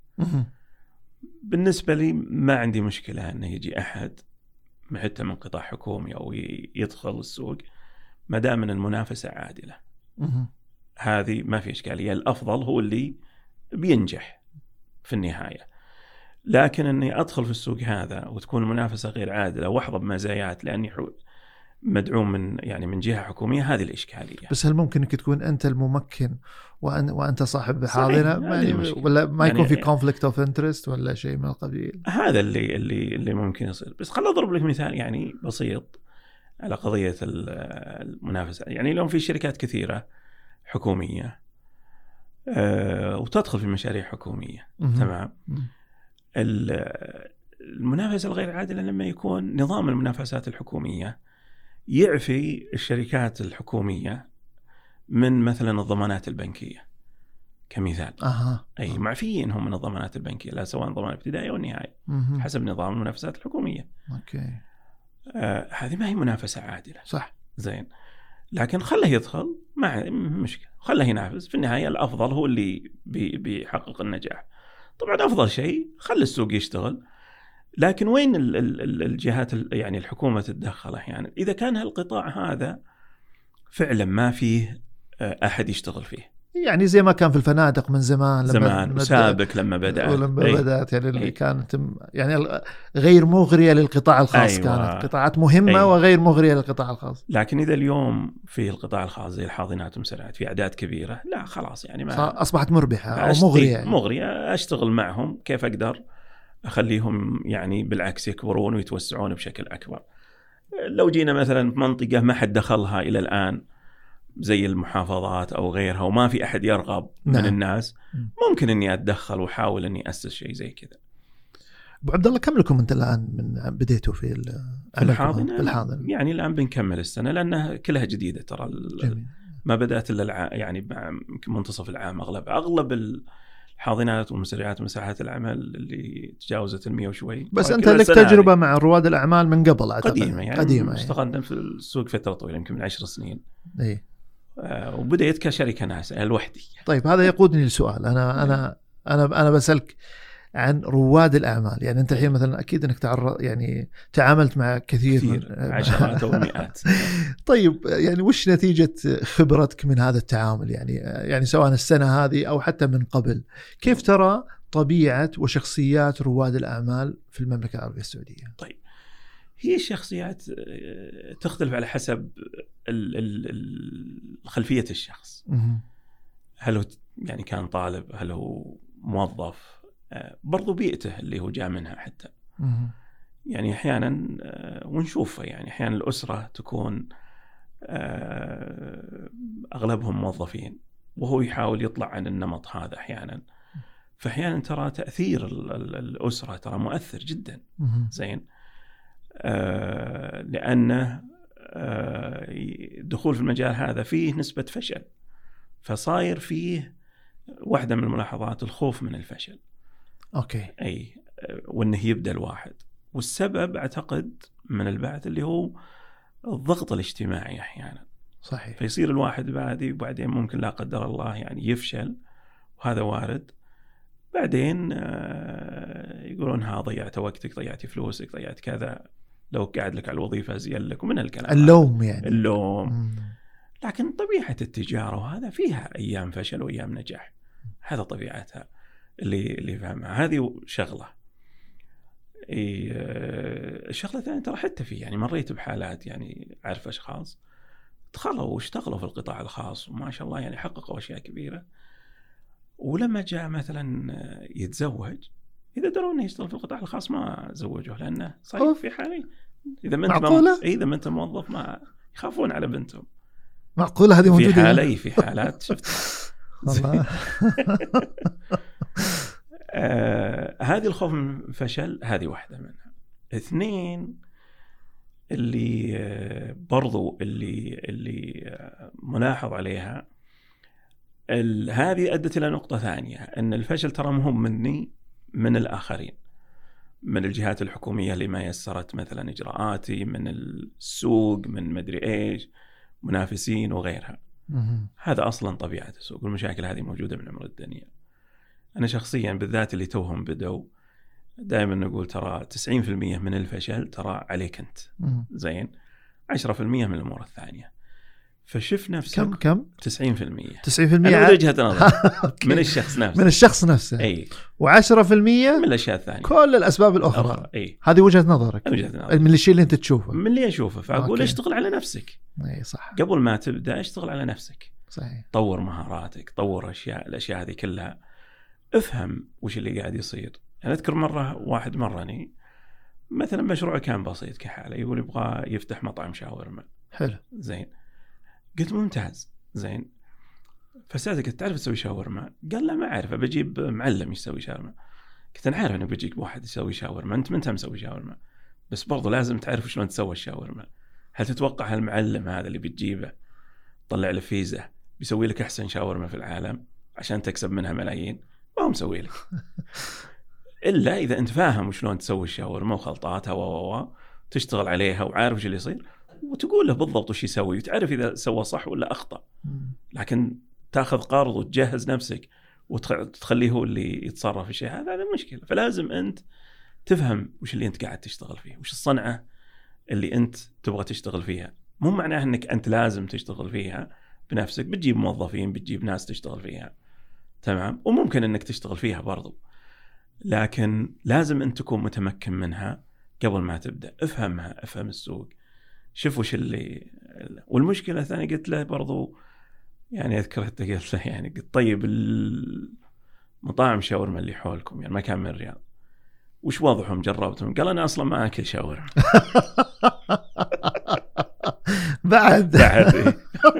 بالنسبة لي ما عندي مشكلة أنه يجي أحد حتى من قطاع حكومي أو يدخل السوق، ما دام أن المنافسة عادلة. هذه ما في إشكالية. الأفضل هو اللي بينجح في النهاية. لكن أني أدخل في السوق هذا وتكون المنافسة غير عادلة وأحظى بمزايات لأني مدعوم من جهة حكومية، هذه الإشكالية. بس هل ممكن أنك تكون أنت الممكن وأنت صاحب حاضنة، ولا ما يكون في conflict of interest ولا شيء من القبيل؟ هذا اللي ممكن يصير. بس خلنا أضرب لك مثال يعني بسيط على قضية المنافسة. يعني اليوم في شركات كثيرة حكومية وتدخل في مشاريع حكومية. تمام. المنافسة الغير عادلة لما يكون نظام المنافسات الحكومية يعفي الشركات الحكومية من مثلا الضمانات البنكية كمثال. أي معفيين هم من الضمانات البنكية، لا سواء ضمان ابتدائي أو نهائي حسب نظام المنافسات الحكومية. هذه ما هي منافسة عادلة. صح. زين. لكن خله يدخل، ما مشكلة، خله ينافس. في النهاية الأفضل هو اللي بيحقق النجاح. طبعا أفضل شيء خلي السوق يشتغل. لكن وين الجهات يعني الحكومة تتدخل أحيانا؟ إذا كان هالقطاع هذا فعلا ما فيه أحد يشتغل فيه، يعني زي ما كان في الفنادق من زمان سابق لما بدأت يعني اللي كانت يعني غير مغرية للقطاع الخاص. كانت قطاعات مهمة وغير مغرية للقطاع الخاص. لكن إذا اليوم في القطاع الخاص زي الحاضنات والمسرعات في أعداد كبيرة، لا خلاص يعني ما أصبحت مربحة أو مغرية يعني. مغرية. أشتغل معهم كيف أقدر أخليهم يعني بالعكس يكبرون ويتوسعون بشكل أكبر. لو جينا مثلا منطقة ما حد دخلها إلى الآن زي المحافظات أو غيرها وما في أحد يرغب من الناس، ممكن إني أتدخل وحاول إني أسس شيء زي كذا. أبو عبد الله كم لكم أنت الآن من بديتوا في الحاضنة؟ يعني الآن بنكمل السنة لأنها كلها جديدة ترى. ما بدأت إلا يعني منتصف العام. أغلب الحاضنات والمسرعات ومساحات العمل اللي تجاوزت 100 وشوي. بس أنت لك تجربة مع رواد الأعمال من قبل قديمة يعني اشتغلنا في السوق فترة طويلة يمكن من 10 سنين. وبدأت كشركة ناسا لوحدي. طيب هذا يقودني لسؤال. أنا بسألك عن رواد الأعمال. يعني أنت الحين مثلا أكيد أنك تعاملت مع كثير عشرات ومئات. طيب يعني وش نتيجة خبرتك من هذا التعامل؟ يعني سواء السنة هذه أو حتى من قبل، كيف ترى طبيعة وشخصيات رواد الأعمال في المملكة العربية السعودية؟ طيب هي الشخصيات تختلف على حسب خلفية الشخص. هل هو يعني كان طالب، هل هو موظف، برضو بيئته اللي هو جاء منها حتى. يعني أحيانا ونشوفه يعني أحيانا الأسرة تكون أغلبهم موظفين وهو يحاول يطلع عن النمط هذا أحيانا. فأحيانا ترى تأثير الأسرة ترى مؤثر جدا. زين لأنه دخول في المجال هذا فيه نسبة فشل، فصاير فيه واحدة من الملاحظات الخوف من الفشل. أي وأنه يبدأ الواحد. والسبب أعتقد من البعث اللي هو الضغط الاجتماعي أحيانا. صحيح. فيصير الواحد بادي وبعدين ممكن لا قدر الله يعني يفشل، وهذا وارد. بعدين يقولون ها ضيعت وقتك، ضيعت فلوسك، ضيعت كذا، لو قاعد لك على الوظيفة أزين لك، ومن الكلام اللوم يعني اللوم. لكن طبيعة التجارة وهذا فيها أيام فشل وأيام نجاح، هذا طبيعتها اللي فهمها. هذه شغلة. الشغلة الثانية ترى حتى فيه يعني مريت بحالات يعني أعرف أشخاص دخلوا واشتغلوا في القطاع الخاص وما شاء الله يعني حققوا أشياء كبيرة، ولما جاء مثلا يتزوج إذا دروا إنه يشتغل في القطاع الخاص ما زوجوه، لأنه صحيح في حالي إذا ما أنت موظف ما يخافون على بنتهم. معقولة هذه موجودة؟ في حالات شفت هذه الخوف من الفشل هذه واحدة منها. اثنين اللي برضو اللي ملاحظ عليها هذه أدت إلى نقطة ثانية، أن الفشل ترى مهم مني من الآخرين، من الجهات الحكومية اللي ما يسرت مثلا إجراءاتي، من السوق، من مدري إيش، منافسين وغيرها. هذا أصلا طبيعة السوق، والمشاكل هذه موجودة من عمر الدنيا. أنا شخصيا بالذات اللي توهم بدوا دائما نقول ترى 90% من الفشل ترى عليك أنت. زين 10% من الأمور الثانية. فشوف نفسك كم 90% من وجهة نظر من الشخص نفسه أي. و10% من الأشياء الثانية، كل الأسباب الأخرى. هذه وجهة نظرك من الشيء اللي أنت تشوفه، من اللي أشوفه. فأقول اشتغل على نفسك. أي صح. قبل ما تبدأ اشتغل على نفسك. صحيح. طور مهاراتك، طور الأشياء هذه كلها. افهم وش اللي قاعد يصير. أنا أذكر مرة واحد مرني مثلا مشروع كان بسيط كحاله، يقول يبغى يفتح مطعم شاورما. حلو. زين قلت ممتاز. زين فسألته قلت تعرف تسوي شاورما؟ قال لا ما أعرف، بجيب معلم يسوي شاورما. قلت أنا عارف أنه بجيب واحد يسوي شاورما، أنت من مسوي شاورما، بس برضو لازم تعرف شلون تسوي الشاورما. هل تتوقع هالمعلم هذا اللي بتجيبه طلع له فيزا بيسوي لك أحسن شاورما في العالم عشان تكسب منها ملايين؟ ما هو مسوي لك إلا إذا أنت فاهم وشلون تسوي الشاورما وخلطاتها تشتغل عليها وعارف وش اللي يصير، وتقول له بالضبط وش يسوي، وتعرف إذا سوى صح ولا أخطأ. لكن تأخذ قرض وتجهز نفسك وتخليه هو اللي يتصرف في الشيء هذا مشكلة. فلازم أنت تفهم وش اللي أنت قاعد تشتغل فيه، وش الصنعة اللي أنت تبغى تشتغل فيها. مو معناه أنك أنت لازم تشتغل فيها، بنفسك، بتجيب موظفين، بتجيب ناس تشتغل فيها، تمام، وممكن انك تشتغل فيها برضو، لكن لازم أن تكون متمكن منها قبل ما تبدأ. افهمها، افهم السوق، شوف وش اللي. والمشكلة الثانية قلت له برضو، يعني أذكر حتى قلت له يعني قلت طيب المطاعم شاورما اللي حولكم يعني ما كان من الرياض، وش وضعهم جربتهم؟ قال أنا أصلا ما أكل شاورما. بعد إيه.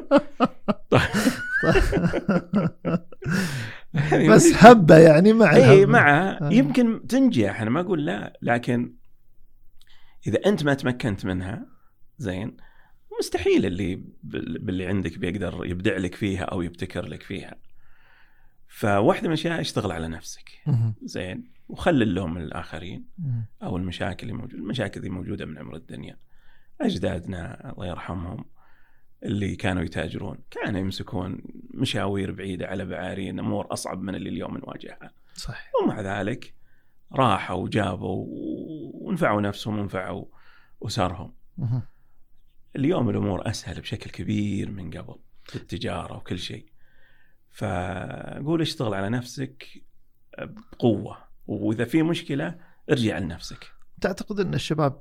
بس حبة يعني مع اي مع يمكن تنجح، انا ما اقول لا، لكن اذا انت ما تمكنت منها زين مستحيل باللي عندك بيقدر يبدع لك فيها او يبتكر لك فيها. فواحده من الاشياء اشتغل على نفسك زين، وخلي اللوم الاخرين او المشاكل اللي موجوده. المشاكل اللي موجوده من عمر الدنيا، اجدادنا الله يرحمهم اللي كانوا يتاجرون كانوا يمسكون مشاوير بعيدة على بعارين، أمور أصعب من اللي اليوم نواجهها. صحيح. ومع ذلك راحوا وجابوا ونفعوا نفسهم ونفعوا أسرهم. اليوم الأمور أسهل بشكل كبير من قبل في التجارة وكل شيء. فقول اشتغل على نفسك بقوة، وإذا في مشكلة ارجع لنفسك. تعتقد أن الشباب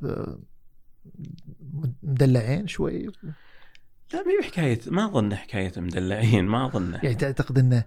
مدلعين شوي؟ لا ما هي حكاية، ما أظن حكاية مدلعين، ما أظن. يعني تعتقد أن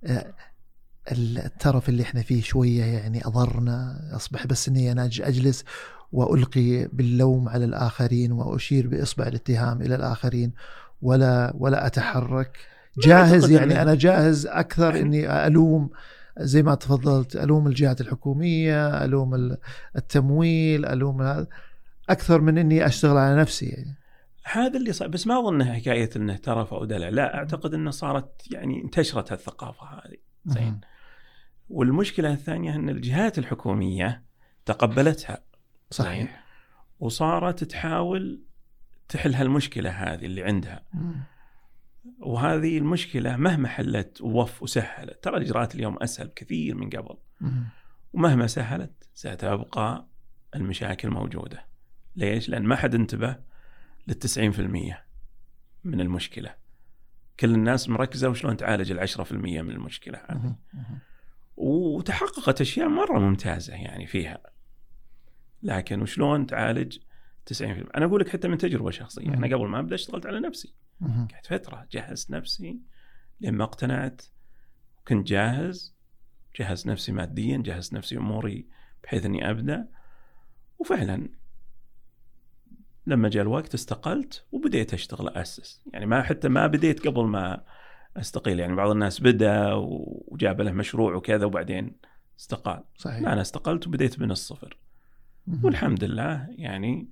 الترف اللي احنا فيه شوية يعني أضرنا، أصبح بس أني أنا أجلس وألقي باللوم على الآخرين وأشير بإصبع الاتهام إلى الآخرين ولا أتحرك جاهز؟ يعني أنا جاهز أكثر أني ألوم زي ما تفضلت، ألوم الجهات الحكومية، ألوم التمويل، ألوم هذا أكثر من أني أشتغل على نفسي. يعني هذا اللي صار، بس ما أظنها حكاية أنه ترف أو دلع، لا أعتقد أنه صارت يعني انتشرت الثقافة هذه زين. والمشكلة الثانية أن الجهات الحكومية تقبلتها صحيح، وصارت تحاول تحل هالمشكلة هذه اللي عندها. وهذه المشكلة مهما حلت ووف وسهلت، ترى الإجراءات اليوم أسهل كثير من قبل، ومهما سهلت ستبقى المشاكل موجودة. ليش؟ لأن ما حد انتبه لل90% من المشكلة. كل الناس مركزة وشلون تعالج 10% من المشكلة هذه. وتحققت أشياء مرة ممتازة يعني فيها، لكن وشلون تعالج 90%؟ أنا أقول لك حتى من تجربة شخصية، أنا قبل ما أبدأ اشتغلت على نفسي، قعدت فترة جهزت نفسي لما اقتنعت، كنت جهز نفسي ماديا، جهزت نفسي أموري بحيث أني أبدأ. وفعلا لما جاء الوقت استقلت وبديت أشتغل أسس، يعني حتى ما بديت قبل ما أستقيل. يعني بعض الناس بدأ وجاب له مشروع وكذا وبعدين استقال. صحيح. لا، أنا استقلت وبديت من الصفر، والحمد لله يعني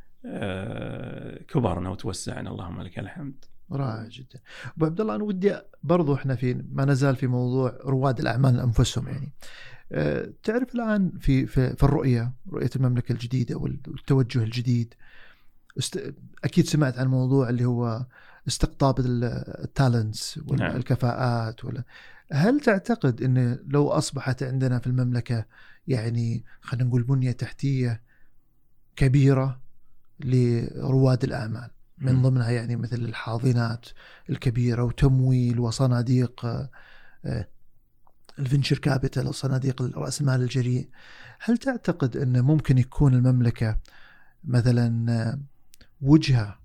كبرنا وتوسعنا، اللهم لك الحمد. رائع جدا. أبو عبد الله، أنا ودي برضو إحنا ما نزال في موضوع رواد الأعمال أنفسهم. يعني تعرف الآن في رؤية المملكة الجديدة والتوجه الجديد، أكيد سمعت عن موضوع اللي هو استقطاب التالنتس والكفاءات. هل تعتقد أن لو أصبحت عندنا في المملكة يعني خلينا نقول بنية تحتية كبيرة لرواد الأعمال، من ضمنها يعني مثل الحاضنات الكبيرة وتمويل وصناديق الفينشر كابيتال، صناديق رأس المال الجريء، هل تعتقد أن ممكن يكون المملكة مثلا وجهة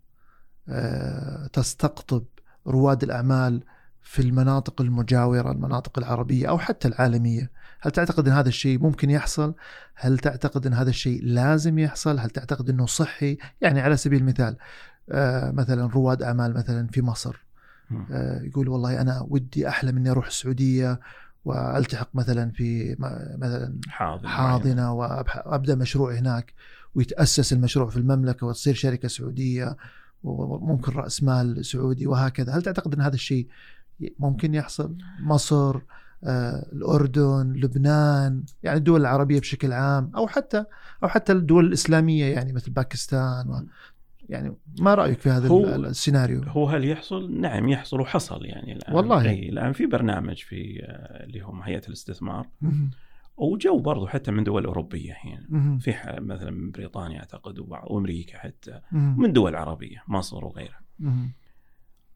تستقطب رواد الأعمال في المناطق المجاورة، المناطق العربية أو حتى العالمية؟ هل تعتقد أن هذا الشيء ممكن يحصل؟ هل تعتقد أن هذا الشيء لازم يحصل؟ هل تعتقد أنه صحي؟ يعني على سبيل المثال مثلا رواد أعمال مثلا في مصر يقول والله أنا ودي أحلم أني أروح السعودية وألتحق مثلا في مثلا حاضنة وأبدأ مشروع هناك، ويتأسس المشروع في المملكة وتصير شركة سعودية وممكن رأس مال سعودي وهكذا. هل تعتقد أن هذا الشيء ممكن يحصل؟ مصر، الأردن، لبنان، يعني الدول العربية بشكل عام، أو حتى الدول الإسلامية يعني مثل باكستان يعني ما رأيك في هذا السيناريو؟ هو هل يحصل؟ نعم يحصل وحصل يعني الآن. والله الآن في برنامج في اللي هم هيئة الاستثمار وجو برضو حتى من دول أوروبية هنا، في مثلا من بريطانيا أعتقد وأمريكا حتى، من دول عربية مصر وغيرها.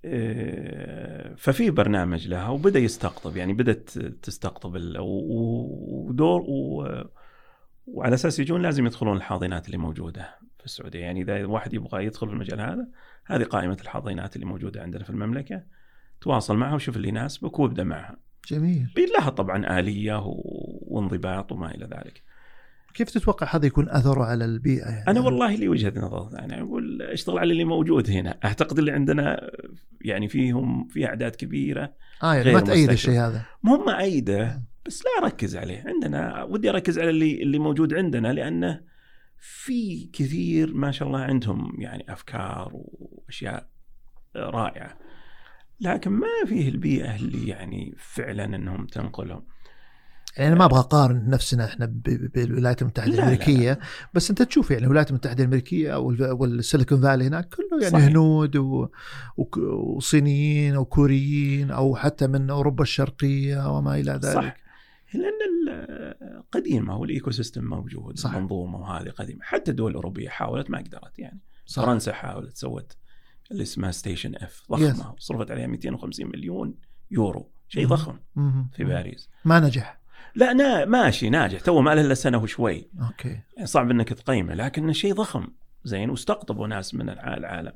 ففي برنامج لها وبدأ يستقطب، يعني بدأت تستقطب ودور وعلى أساس يجون لازم يدخلون الحاضنات اللي موجودة في السعودية. يعني إذا واحد يبغى يدخل في المجال هذا، هذه قائمة الحاضنات اللي موجودة عندنا في المملكة، تواصل معها وشوف اللي يناسبك وابدأ معها. جميل. لها طبعا آلية وانضباط وما إلى ذلك. كيف تتوقع هذا يكون أثره على البيئة؟ يعني أنا والله لي وجهة نظر، يعني أقول اشتغل على اللي موجود هنا. أعتقد اللي عندنا يعني في أعداد كبيرة يعني ما تأيد الشيء هذا، مهم أيده، بس لا أركز عليه. عندنا ودي أركز على اللي موجود عندنا، لأنه في كثير ما شاء الله عندهم يعني أفكار وأشياء رائعة، لكن ما فيه البيئة اللي يعني فعلا أنهم تنقلهم. يعني أنا ما أبغى أقارن نفسنا إحنا بالولايات المتحدة الأمريكية، لا. بس أنت تشوف يعني الولايات المتحدة الأمريكية والسيليكون فالي هناك كله يعني صحيح. هنود وصينيين أو كوريين أو حتى من أوروبا الشرقية وما إلى ذلك. صح. لأن القديمة والإيكو سيستم موجود، صح. المنظومة وهذه قديمة. حتى الدول الأوروبية حاولت ما قدرت، يعني فرنسا حاولت، سوت اللي اسمها ستيشن اف ضخمة صرفت عليها 250 مليون يورو، شيء ضخم في باريس. ما نجح. لا ماشي ناجح، تو ما له الا سنه وشوي. اوكي. يعني صعب انك تقيمه، لكن شيء ضخم زين، واستقطبوا ناس من العالم.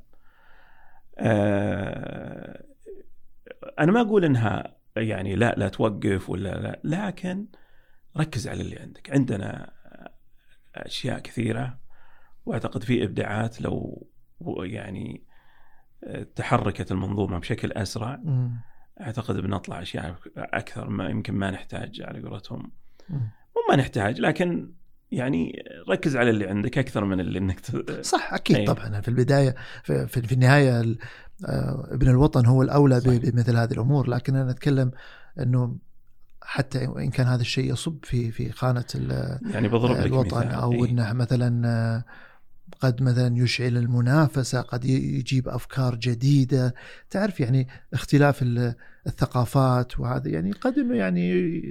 انا ما اقول انها يعني لا توقف ولا لا، لكن ركز على اللي عندك. عندنا اشياء كثيره، واعتقد في ابداعات لو يعني تحركت المنظومه بشكل اسرع أعتقد بنطلع أشياء أكثر. ما يمكن ما نحتاج على قولتهم، وما نحتاج، لكن يعني ركز على اللي عندك أكثر من اللي إنك صح. أكيد طبعا في البداية في النهاية ابن الوطن هو الأولى بمثل هذه الأمور، لكن أنا أتكلم إنه حتى وإن كان هذا الشيء يصب في خانة يعني بضرب لك الوطن مثال. أو إنه مثلا قد مثلا يشعل المنافسة، قد يجيب أفكار جديدة، تعرف يعني اختلاف الثقافات، وهذا يعني قد إنه يعني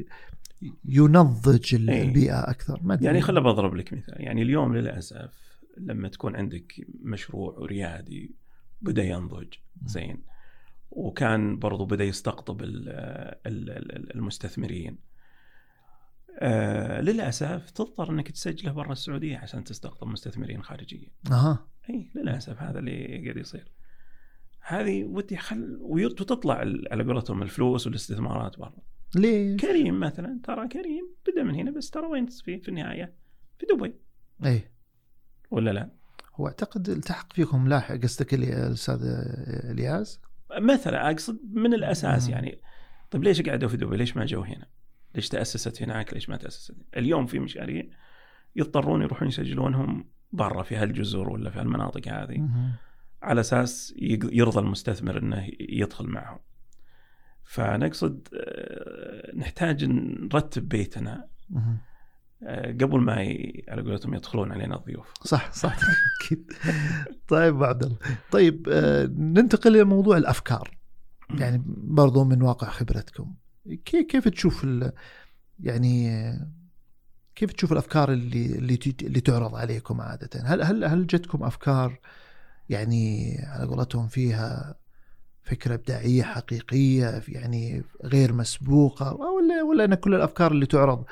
ينضج البيئة أكثر. ما يعني خلنا بضرب لك مثال. يعني اليوم للأسف لما تكون عندك مشروع ريادي بدأ ينضج زين، وكان برضو بدأ يستقطب المستثمرين، للأسف تضطر أنك تسجله برا السعودية عشان تستقطب مستثمرين خارجيين. أي للأسف هذا اللي قاعد يصير. هذه ودي وتطلع على قولتهم الفلوس والاستثمارات برا. ليه؟ كريم مثلا، ترى كريم بدأ من هنا، بس ترى وين في النهاية في دبي. أي ولا لا؟ هو أعتقد التحق فيكم لاحق. قصدك الأستاذ الياس مثلا، أقصد من الأساس يعني طيب ليش قعدوا في دبي؟ ليش ما جو هنا؟ ليش تأسست هناك؟ ليش ما تأسست؟ اليوم في مشاريع يضطرون يروحون يسجلونهم برا في هالجزر ولا في هالمناطق هذه على أساس يرضى المستثمر إنه يدخل معهم. فنقصد نحتاج نرتب بيتنا قبل ما على قولتهم يدخلون علينا الضيوف. صح أكيد. طيب عبد الله، طيب ننتقل لموضوع الأفكار. يعني برضو من واقع خبرتكم كيف تشوف يعني كيف تشوف الأفكار اللي تعرض عليكم عادة؟ هل جتكم أفكار يعني على قولتهم فيها فكرة إبداعية حقيقية يعني غير مسبوقة، ولا أن كل الأفكار اللي تعرض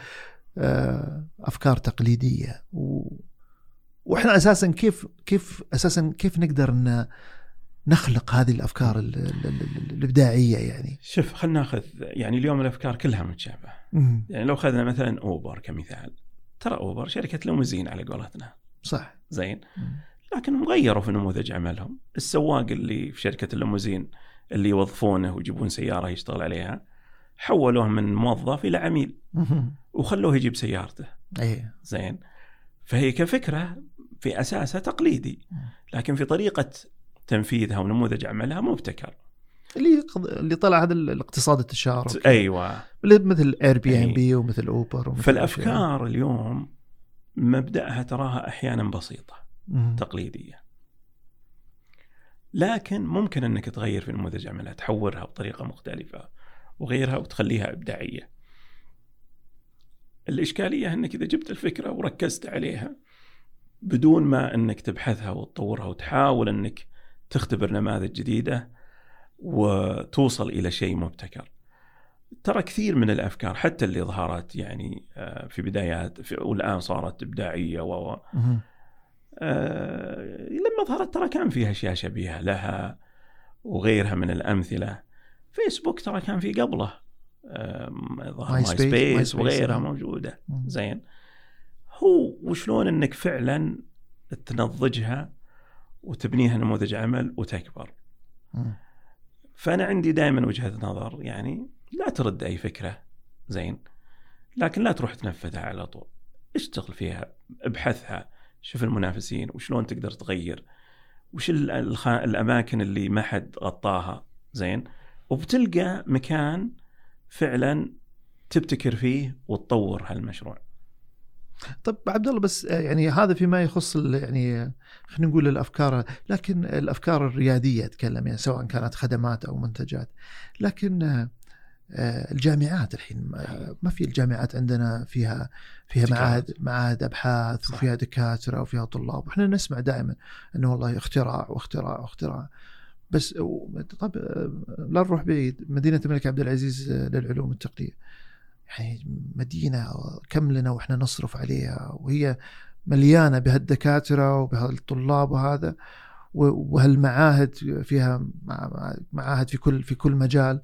أفكار تقليدية؟ وإحنا أساسا كيف نقدر أن نخلق هذه الأفكار الإبداعية؟ يعني شوف، خلنا ناخذ يعني اليوم الأفكار كلها متشابهة. يعني لو أخذنا مثلا أوبر كمثال، ترى أوبر شركة ليموزين على قولتنا، صح زين، لكن غيروا في نموذج عملهم. السواق اللي في شركة الليموزين اللي يوظفونه ويجيبون سيارة يشتغل عليها، حولوه من موظف إلى عميل وخلوه يجيب سيارته. زين، فهي كفكرة في أساسها تقليدي، لكن في طريقة تنفيذها ونموذج عملها مبتكر. اللي طلع هذا الاقتصاد التشاركي. أيوة، مثل Airbnb ومثل أوبر. فالأفكار اليوم مبدأها تراها أحيانا بسيطة تقليدية، لكن ممكن أنك تغير في نموذج عملها، تحورها بطريقة مختلفة وغيرها وتخليها إبداعية. الإشكالية أنك إذا جبت الفكرة وركزت عليها بدون ما أنك تبحثها وتطورها وتحاول أنك تختبر نماذج جديدة، وتوصل إلى شيء مبتكر. ترى كثير من الأفكار حتى اللي ظهرت يعني في بدايات والآن صارت إبداعية لما ظهرت ترى كان فيها أشياء شبيهة لها وغيرها من الأمثلة. فيسبوك ترى كان في قبله ماي سبيس وغيرها موجودة. زين، هو وشلون أنك فعلا تنضجها وتبنيها نموذج عمل وتكبر. فأنا عندي دائما وجهة نظر يعني لا ترد أي فكرة زين، لكن لا تروح تنفذها على طول. اشتغل فيها، ابحثها، شوف المنافسين وشلون تقدر تغير، وش الأماكن اللي ما حد غطاها زين، وبتلقى مكان فعلا تبتكر فيه وتطور هالمشروع. طب عبد الله، بس يعني هذا فيما يخص يعني خلينا نقول الأفكار، لكن الأفكار الريادية أتكلم يعني سواء كانت خدمات أو منتجات. لكن الجامعات الحين ما في الجامعات عندنا فيها معاهد أبحاث، صح. وفيها دكاترة وفيها طلاب، وإحنا نسمع دائما أنه والله اختراع. بس طب لا نروح بعيد، مدينة الملك عبد العزيز للعلوم التقنية يعني مدينة كم لنا وإحنا نصرف عليها، وهي مليانة بهالدكاترة وبهالطلاب وهذا، وهالمعاهد فيها معاهد في كل مجال.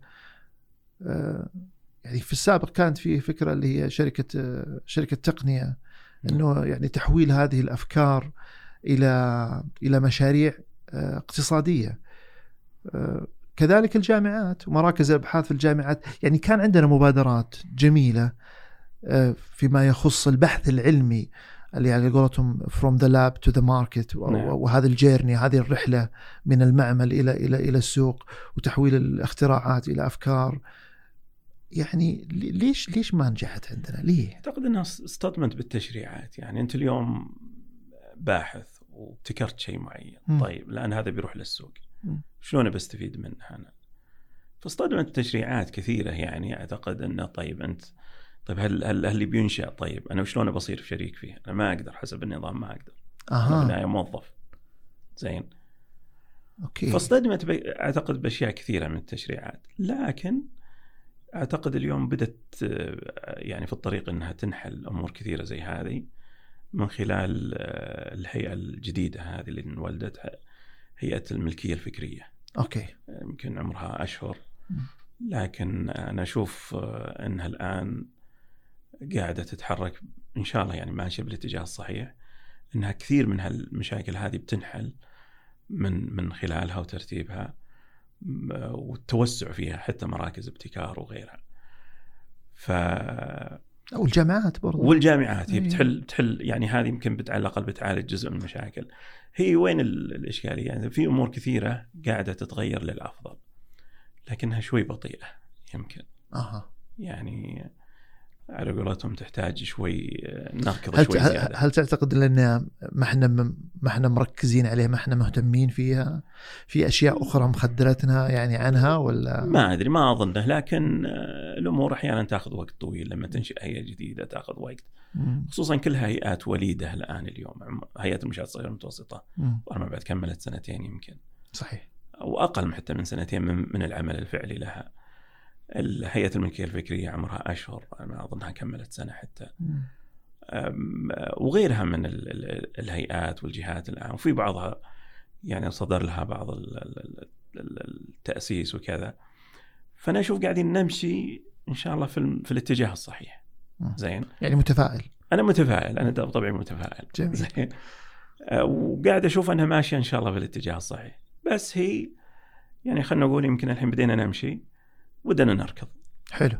يعني في السابق كانت فيه فكرة اللي هي شركة تقنية، إنه يعني تحويل هذه الأفكار إلى مشاريع اقتصادية. كذلك الجامعات ومراكز الأبحاث في الجامعات، يعني كان عندنا مبادرات جميلة فيما يخص البحث العلمي اللي على قولتهم from the lab to the market، وهذا الجيرني، هذه الرحلة من المعمل إلى السوق، وتحويل الاختراعات إلى أفكار. يعني ليش ما نجحت عندنا؟ ليه؟ أعتقد أنها اصطدمت بالتشريعات. يعني أنت اليوم باحث وابتكرت شيء معين، طيب لأن هذا بيروح للسوق، شلون بستفيد منه أنا؟ فاصطدمت التشريعات كثيرة. يعني أعتقد أنه طيب هل اللي بينشأ، طيب أنا وشلون بصير شريك فيه؟ أنا ما أقدر حسب النظام، ما أقدر. أنا بالنهاية موظف زين. أوكي. فاصطدمت أعتقد بأشياء كثيرة من التشريعات، لكن أعتقد اليوم بدت يعني في الطريق أنها تنحل أمور كثيرة زي هذه من خلال الهيئة الجديدة هذه اللي انولدتها، هيئة الملكية الفكرية. أوكي. يمكن عمرها أشهر، لكن أنا أشوف أنها الآن قاعدة تتحرك إن شاء الله، يعني ماشية بالاتجاه الصحيح، أنها كثير من هالمشاكل هذه بتنحل من خلالها وترتيبها والتوسع فيها، حتى مراكز ابتكار وغيرها. والجامعات برضو، والجامعات هي بتحل يعني هذه يمكن على الأقل بتعالج جزء من المشاكل. هي وين الإشكالية؟ يعني في أمور كثيرة قاعدة تتغير للأفضل، لكنها شوي بطيئة يمكن. يعني على قولتهم تحتاج شوي نركض شوي زيادة. هل تعتقد لأن ما احنا مركزين عليها، ما احنا مهتمين فيها، في أشياء أخرى مخدرتنا يعني عنها، ولا ما أدري، ما أظنه. لكن الأمور أحيانا تأخذ وقت طويل لما تنشئ هيئة جديدة، تأخذ وقت، خصوصا كل هيئات وليدة الآن اليوم. هيئة المنشآت الصغيرة المتوسطة وأنا بعد كملت 2 يمكن، صحيح، أو أقل حتى من 2 من العمل الفعلي لها. الهيئة الملكية الفكرية عمرها أشهر، أنا أظنها كملت 1 حتى. وغيرها من الهيئات والجهات الآن، وفي بعضها يعني صدر لها بعض التأسيس وكذا. فأنا أشوف قاعدين نمشي إن شاء الله في الاتجاه الصحيح. زين، يعني متفائل. أنا متفائل، أنا طبعا متفائل. زين. وقاعد أشوف أنها ماشية إن شاء الله في الاتجاه الصحيح. بس هي يعني خلنا نقول يمكن الحين بدينا نمشي ودنا نركض. حلو.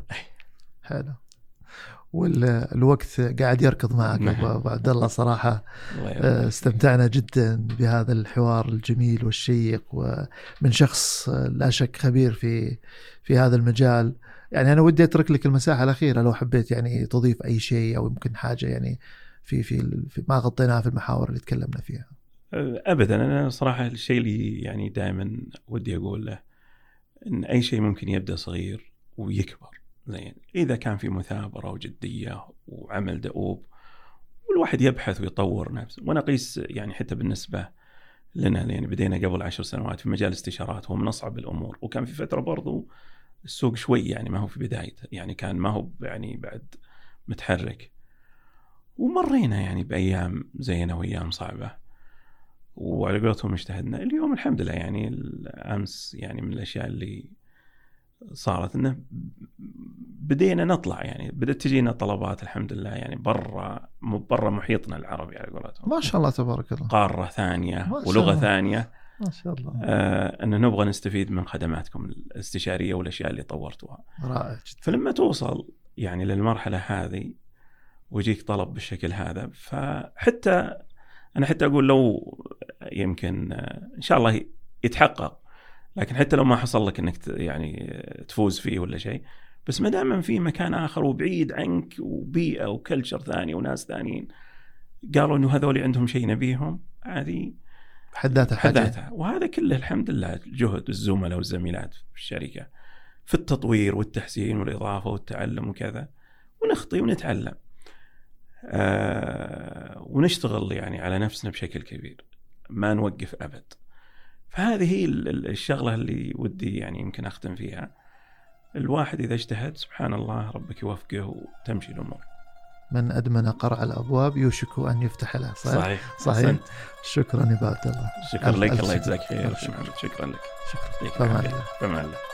والوقت قاعد يركض معك أبو عبد الله صراحة. استمتعنا جدا بهذا الحوار الجميل والشيق، ومن شخص لا شك خبير في هذا المجال. يعني أنا ودي أترك لك المساحة الأخيرة لو حبيت يعني تضيف أي شيء، أو يمكن حاجة يعني في ما غطيناها في المحاور اللي تكلمنا فيها. أبدا، أنا صراحة الشيء اللي يعني دائما ودي أقوله إن أي شيء ممكن يبدأ صغير ويكبر. زين، إذا كان في مثابرة وجدية وعمل دؤوب والواحد يبحث ويطور نفسه. وأنا قيس يعني حتى بالنسبة لنا، يعني بدينا قبل 10 سنوات في مجال الاستشارات، هو من أصعب الأمور. وكان في فترة برضو السوق شوي يعني ما هو في بدايته، يعني كان ما هو يعني بعد متحرك، ومرينا يعني بأيام زينة وأيام صعبة، وعلى قولتهم اجتهدنا. اليوم الحمد لله يعني الأمس يعني من الأشياء اللي صارت إنه بدينا نطلع، يعني بدأت تجينا طلبات الحمد لله يعني برا محيطنا العربي على قولتهم. ما شاء الله تبارك الله. قارة ثانية ولغة ثانية. ما شاء الله. أن نبغى نستفيد من خدماتكم الاستشارية والأشياء اللي طورتوها. رائع جدا. فلما توصل يعني للمرحلة هذه ويجيك طلب بالشكل هذا، فحتى أنا حتى أقول لو يمكن إن شاء الله يتحقق، لكن حتى لو ما حصل لك إنك يعني تفوز فيه ولا شيء، بس ما دام في مكان آخر وبعيد عنك وبيئة وكلتشر ثاني وناس ثانيين قالوا إنه هذول عندهم شيء نبيهم، هذه حداتها. وهذا كله الحمد لله جهد الزملاء والزميلات في الشركة في التطوير والتحسين والإضافة والتعلم وكذا، ونخطي ونتعلم ونشتغل يعني على نفسنا بشكل كبير، ما نوقف أبد. فهذه هي الشغلة اللي ودي يعني يمكن أختم فيها. الواحد إذا اجتهد سبحان الله ربك يوفقه وتمشي الأمور. من أدمن قرع الأبواب يوشك أن يفتح له. صحيح. شكرا يا عبد الله. شكرا لك، الله يجزاك خير. شكرا لك. شكرا. فمان الله.